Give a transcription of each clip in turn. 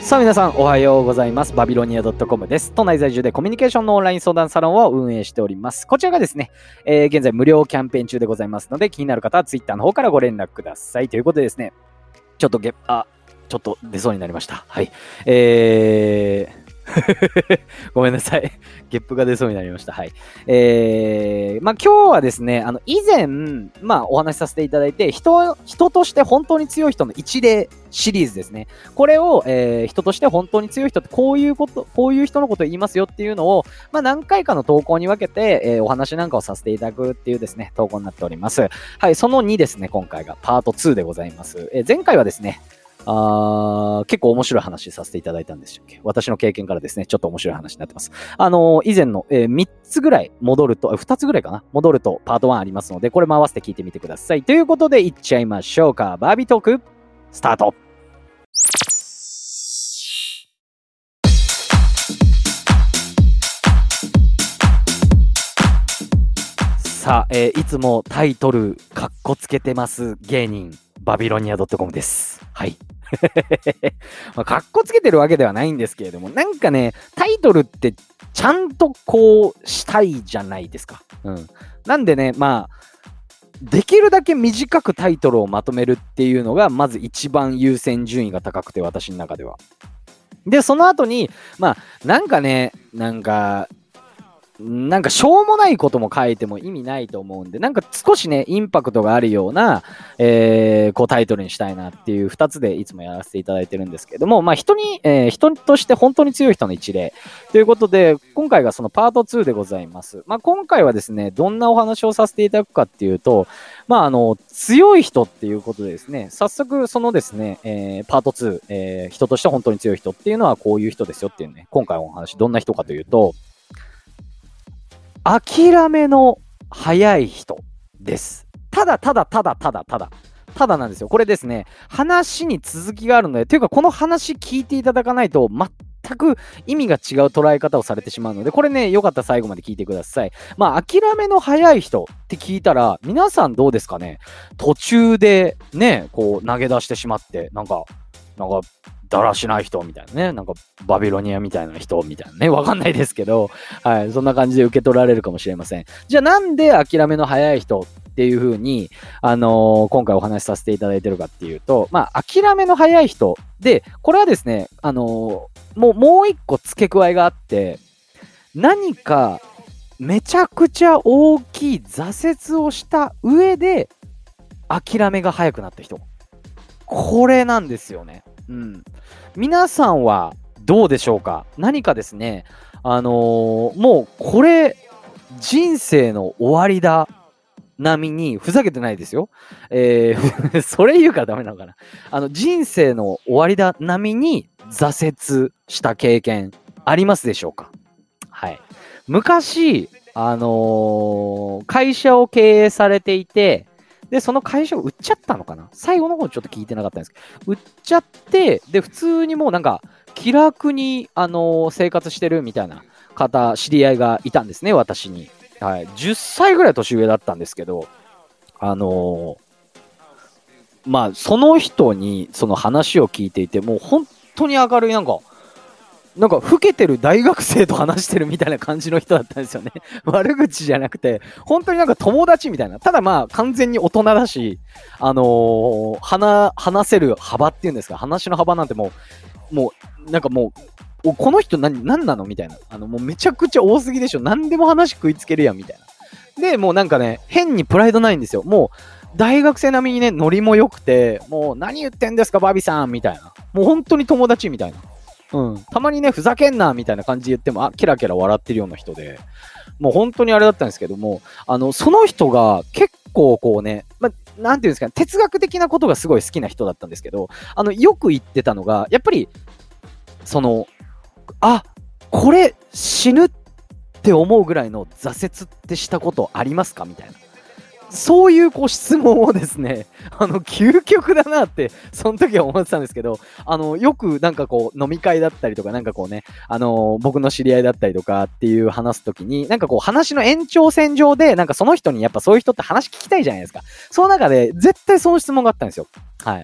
さあ皆さんおはようございます。バビロニア .com です。都内在住でコミュニケーションのオンライン相談サロンを運営しております。こちらがですね、現在無料キャンペーン中でございますので、気になる方は Twitter の方からご連絡ください。ということでですね、ちょっと出そうになりました。はい。ごめんなさい。ゲップが出そうになりました。はい。今日はですね、以前、お話しさせていただいて、人として本当に強い人の一例シリーズですね。これを、人として本当に強い人ってこういう人のことを言いますよっていうのを、何回かの投稿に分けて、お話なんかをさせていただくっていうですね、投稿になっております。はい、その2ですね、今回がパート2でございます。前回はですね、結構面白い話させていただいたんでしたっけ。私の経験からですね、ちょっと面白い話になってます。以前の、3つぐらい戻ると、2つぐらいかな戻るとパート1ありますので、これも合わせて聞いてみてください。ということで、いっちゃいましょうか。バービートーク、スタート。さあ、いつもタイトル、かっこつけてます芸人、バビロニア .com です。はい。かっこつけてるわけではないんですけれども、なんかね、タイトルってちゃんとこうしたいじゃないですか。なんでね、できるだけ短くタイトルをまとめるっていうのが、まず一番優先順位が高くて、私の中では。で、その後に、なんかしょうもないことも書いても意味ないと思うんで、なんか少しね、インパクトがあるような、こうタイトルにしたいなっていう2つでいつもやらせていただいてるんですけども、人として本当に強い人の一例ということで、今回がそのパート2でございます。今回はですね、どんなお話をさせていただくかっていうと、強い人っていうことでですね、早速そのですね、パート2、人として本当に強い人っていうのはこういう人ですよっていうね、今回のお話、どんな人かというと、諦めの早い人です。ただなんですよ。これですね、話に続きがあるので、というかこの話聞いていただかないと全く意味が違う捉え方をされてしまうので、これね、よかったら最後まで聞いてください。諦めの早い人って聞いたら、皆さんどうですかね。途中でね、こう投げ出してしまって、なんか、だらしない人みたいなね、なんかバビロニアみたいな人みたいなね、わかんないですけど、はい、そんな感じで受け取られるかもしれません。じゃあなんで諦めの早い人っていう風に、今回お話しさせていただいてるかっていうと、諦めの早い人で、これはですね、もう一個付け加えがあって、何かめちゃくちゃ大きい挫折をした上で、諦めが早くなった人。これなんですよね。皆さんはどうでしょうか。何かですね、もうこれ人生の終わりだ並みに、ふざけてないですよ。それ言うからダメなのかな。人生の終わりだ並みに挫折した経験ありますでしょうか。はい。昔、会社を経営されていて、で、その会社を売っちゃったのかな。最後の方ちょっと聞いてなかったんですけど、売っちゃって、で、普通にもうなんか、気楽に、生活してるみたいな方、知り合いがいたんですね、私に。はい。10歳ぐらい年上だったんですけど、その人にその話を聞いていて、もう本当に明るい、なんか老けてる大学生と話してるみたいな感じの人だったんですよね。悪口じゃなくて、本当になんか友達みたいな。ただ完全に大人だし、話せる幅っていうんですか、話の幅なんてもう、この人何なのみたいな。もうめちゃくちゃ多すぎでしょ。何でも話食いつけるやん、みたいな。で、もうなんかね、変にプライドないんですよ。もう、大学生並みにね、ノリも良くて、もう何言ってんですか、バビさんみたいな。もう本当に友達みたいな。たまにね、ふざけんなみたいな感じで言っても、キラキラ笑ってるような人で、もう本当にあれだったんですけども、その人が結構こうね、なんていうんですかね、哲学的なことがすごい好きな人だったんですけど、よく言ってたのが、やっぱり、これ死ぬって思うぐらいの挫折ってしたことありますかみたいな。そういう質問をですね、究極だなって、その時は思ってたんですけど、よくなんか飲み会だったりとか、なんか僕の知り合いだったりとかっていう話す時に、なんか話の延長線上で、なんかその人にやっぱそういう人って話聞きたいじゃないですか。その中で絶対その質問があったんですよ。はい。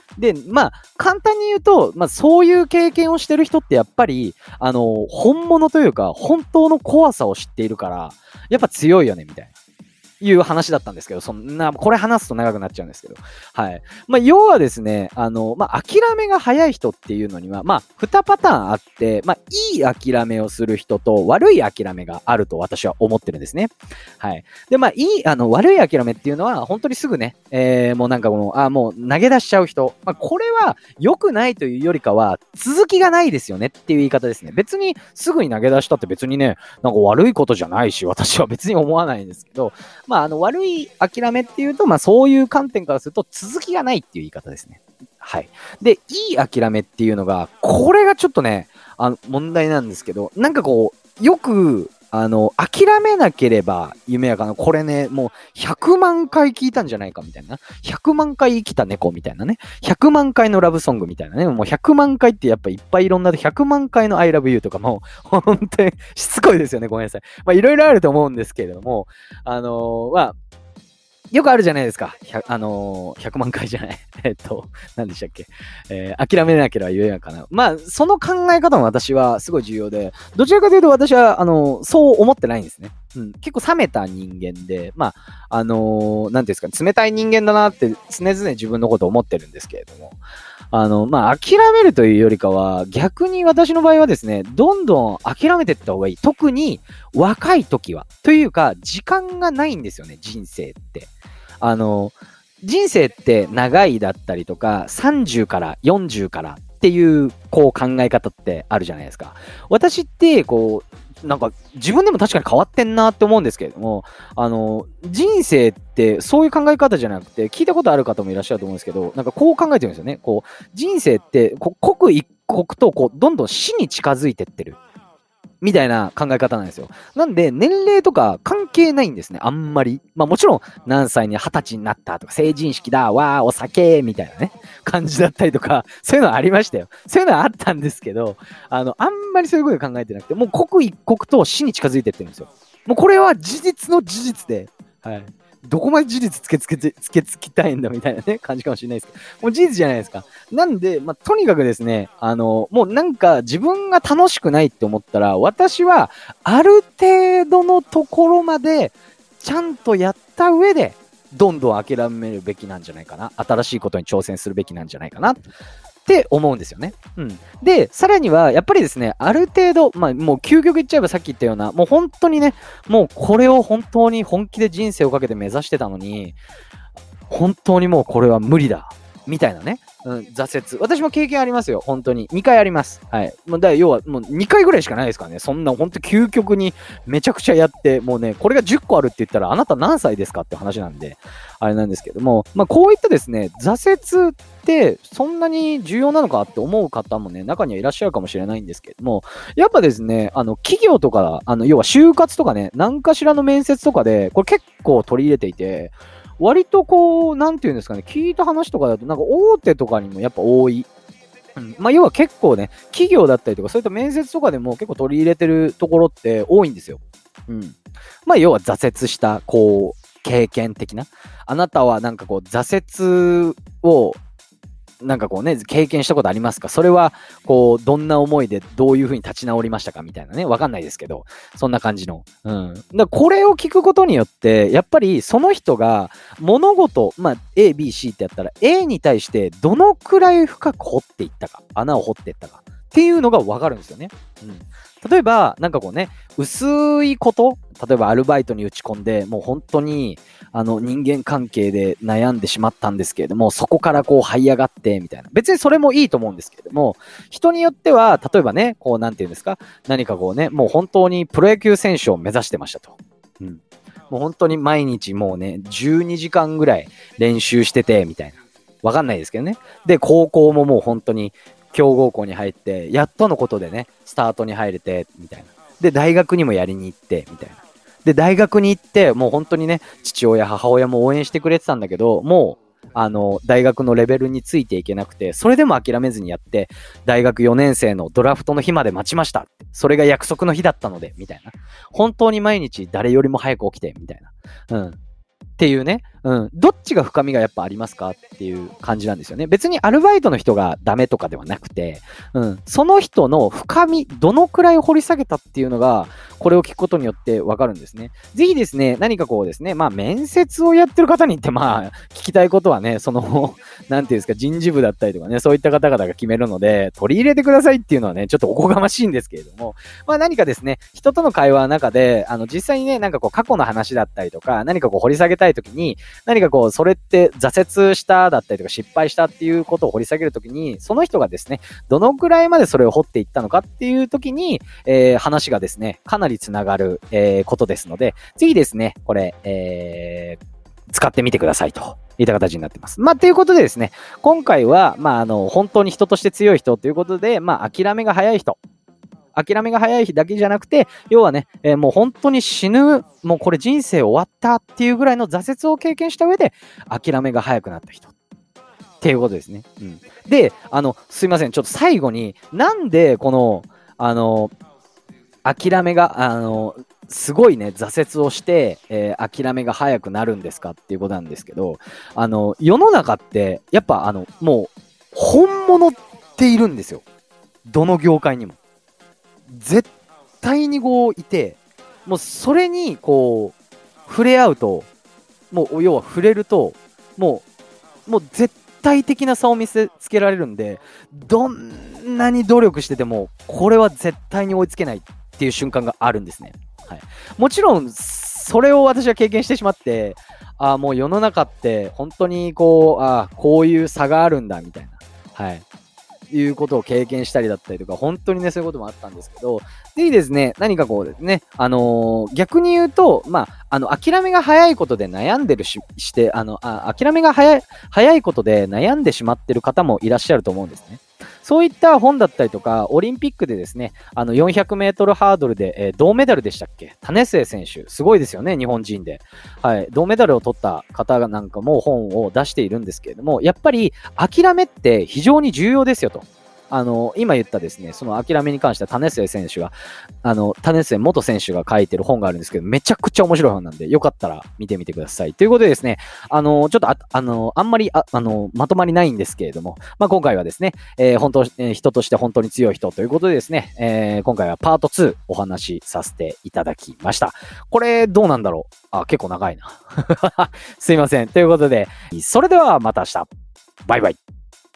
で、まあ、簡単に言うと、まあ、そういう経験をしてる人ってやっぱり、本物というか、本当の怖さを知っているから、やっぱ強いよね、みたいな。いう話だったんですけど、これ話すと長くなっちゃうんですけど。はい。まあ、要はですね、まあ、諦めが早い人っていうのには、まあ、2パターンあって、まあ、いい諦めをする人と悪い諦めがあると私は思ってるんですね。はい。で、まあ、悪い諦めっていうのは、本当にすぐね、もうなんかもう投げ出しちゃう人。まあ、これは良くないというよりかは、続きがないですよねっていう言い方ですね。別にすぐに投げ出したって別にね、なんか悪いことじゃないし、私は別に思わないんですけど、まあ、悪い諦めっていうと、まあ、そういう観点からすると、続きがないっていう言い方ですね。はい。で、いい諦めっていうのが、これがちょっとね、問題なんですけど、なんかこう、よく、諦めなければ夢やかな。これね、もう100万回聞いたんじゃないかみたいな。100万回生きた猫みたいなね。100万回のラブソングみたいなね。もう100万回ってやっぱいっぱいいろんなで100万回の I love you とかも、本当にしつこいですよね。ごめんなさい。まあいろいろあると思うんですけれども、まあ、よくあるじゃないですか。100万回じゃない。何でしたっけ。諦めなければ言えないかな。まあ、その考え方も私はすごい重要で、どちらかというと私は、そう思ってないんですね。うん。結構冷めた人間で、まあ、なんていうんですか、冷たい人間だなって常々自分のことを思ってるんですけれども、まあ、諦めるというよりかは、逆に私の場合はですね、どんどん諦めていった方がいい。特に若い時は。というか、時間がないんですよね、人生って。人生って長いだったりとか、30から40からっていう、こう考え方ってあるじゃないですか。私って、こう、なんか自分でも確かに変わってんなって思うんですけれども、人生ってそういう考え方じゃなくて、聞いたことある方もいらっしゃると思うんですけど、なんかこう考えてるんですよね。こう、人生って刻一刻とこう、どんどん死に近づいてってる。みたいな考え方なんですよ。なんで、年齢とか関係ないんですね、あんまり。まあもちろん、何歳に20歳になったとか、成人式だ、わー、お酒、みたいなね、感じだったりとか、そういうのはありましたよ。そういうのはあったんですけど、あんまりそういうこと考えてなくて、もう刻一刻と死に近づいてってるんですよ。もうこれは事実の事実で、はい。どこまで事実つけつきたいんだみたいなね、感じかもしれないですけど、もう事実じゃないですか。なんで、まあ、とにかくですね、もうなんか自分が楽しくないって思ったら、私はある程度のところまでちゃんとやった上で、どんどん諦めるべきなんじゃないかな。新しいことに挑戦するべきなんじゃないかな。って思うんですよね。うん。で、さらには、やっぱりですね、ある程度、まあ、もう究極言っちゃえばさっき言ったような、もう本当にね、もうこれを本当に本気で人生をかけて目指してたのに、本当にもうこれは無理だ。みたいなね。うん、挫折。私も経験ありますよ。本当に。2回あります。はい。もう要は、もう2回ぐらいしかないですからね。そんな、本当究極にめちゃくちゃやって、もうね、これが10個あるって言ったら、あなた何歳ですかって話なんで、あれなんですけども、まあ、こういったですね、挫折ってそんなに重要なのかって思う方もね、中にはいらっしゃるかもしれないんですけれども、やっぱですね、企業とか、要は就活とかね、何かしらの面接とかで、これ結構取り入れていて、割とこう、なんていうんですかね、聞いた話とかだと、なんか大手とかにもやっぱ多い。うん、まあ、要は結構ね、企業だったりとか、そういった面接とかでも結構取り入れてるところって多いんですよ。うん。まあ、要は挫折した、こう、経験的な。あなたはなんかこう、挫折をなんかこうね、経験したことありますか？それは、こう、どんな思いでどういう風に立ち直りましたかみたいなね。わかんないですけど、そんな感じの。うん。これを聞くことによって、やっぱりその人が物事、まあ、A、B、C ってやったら、A に対してどのくらい深く掘っていったか、穴を掘っていったかっていうのがわかるんですよね。うん。例えば、なんかこうね、薄いこと、例えばアルバイトに打ち込んで、もう本当に、人間関係で悩んでしまったんですけれども、そこからこう這い上がって、みたいな。別にそれもいいと思うんですけれども、人によっては、例えばね、こう、なんていうんですか、何かこうね、もう本当にプロ野球選手を目指してましたと。うん。もう本当に毎日もうね、12時間ぐらい練習してて、みたいな。わかんないですけどね。で、高校ももう本当に、強豪校に入って、やっとのことでね、スタートに入れて、みたいな。で、大学にもやりに行って、みたいな。で、大学に行って、もう本当にね、父親、母親も応援してくれてたんだけど、もう、大学のレベルについていけなくて、それでも諦めずにやって、大学4年生のドラフトの日まで待ちました。それが約束の日だったので、みたいな。本当に毎日誰よりも早く起きて、みたいな。うん。 っていうね、どっちが深みがやっぱありますかっていう感じなんですよね。別にアルバイトの人がダメとかではなくて、その人の深み、どのくらい掘り下げたっていうのが、これを聞くことによってわかるんですね。ぜひですね、何かこうですね、面接をやってる方にって聞きたいことはね、なんていうんですか、人事部だったりとかね、そういった方々が決めるので、取り入れてくださいっていうのはね、ちょっとおこがましいんですけれども、何かですね、人との会話の中で、実際にね、なんかこう過去の話だったりとか、何かこう掘り下げたいときに、何かこう、それって挫折しただったりとか失敗したっていうことを掘り下げるときに、その人がですね、どのくらいまでそれを掘っていったのかっていうときに、話がですね、かなりつながる、ことですので、ぜひですね、これ、使ってみてくださいといった形になってます。ということでですね、今回は、本当に人として強い人ということで、諦めが早い人。諦めが早いだけじゃなくて、要はね、もう本当に死ぬ、もうこれ人生終わったっていうぐらいの挫折を経験した上で、諦めが早くなった人。っていうことですね。で、すいません。ちょっと最後に、なんでこの、諦めが、すごいね、挫折をして、諦めが早くなるんですかっていうことなんですけど、世の中って、やっぱもう、本物っているんですよ。どの業界にも。絶対にこういて、もうそれにこう触れ合うと、もう要は触れると、もう絶対的な差を見せつけられるんで、どんなに努力しててもこれは絶対に追いつけないっていう瞬間があるんですね。はい、もちろんそれを私は経験してしまって、もう世の中って本当にこうこういう差があるんだみたいな。はい。いうことを経験したりだったりとか、本当にね、そういうこともあったんですけど、ぜひですね、何かこうですね、逆に言うと、諦めが早いことで悩んでる諦めが早いことで悩んでしまってる方もいらっしゃると思うんですね。そういった本だったりとか、オリンピックでですね、400メートルハードルで、銅メダルでしたっけ？為末選手、すごいですよね、日本人で。はい、銅メダルを取った方がなんかも本を出しているんですけれども、やっぱり諦めって非常に重要ですよと。今言ったですね、その諦めに関しては為末選手が、為末元選手が書いてる本があるんですけど、めちゃくちゃ面白い本なんで、よかったら見てみてください。ということでですね、ちょっとあんまりまとまりないんですけれども、今回はですね、人として本当に強い人ということでですね、今回はパート2お話しさせていただきました。これどうなんだろう？結構長いな。すいません。ということで、それではまた明日。バイバイ。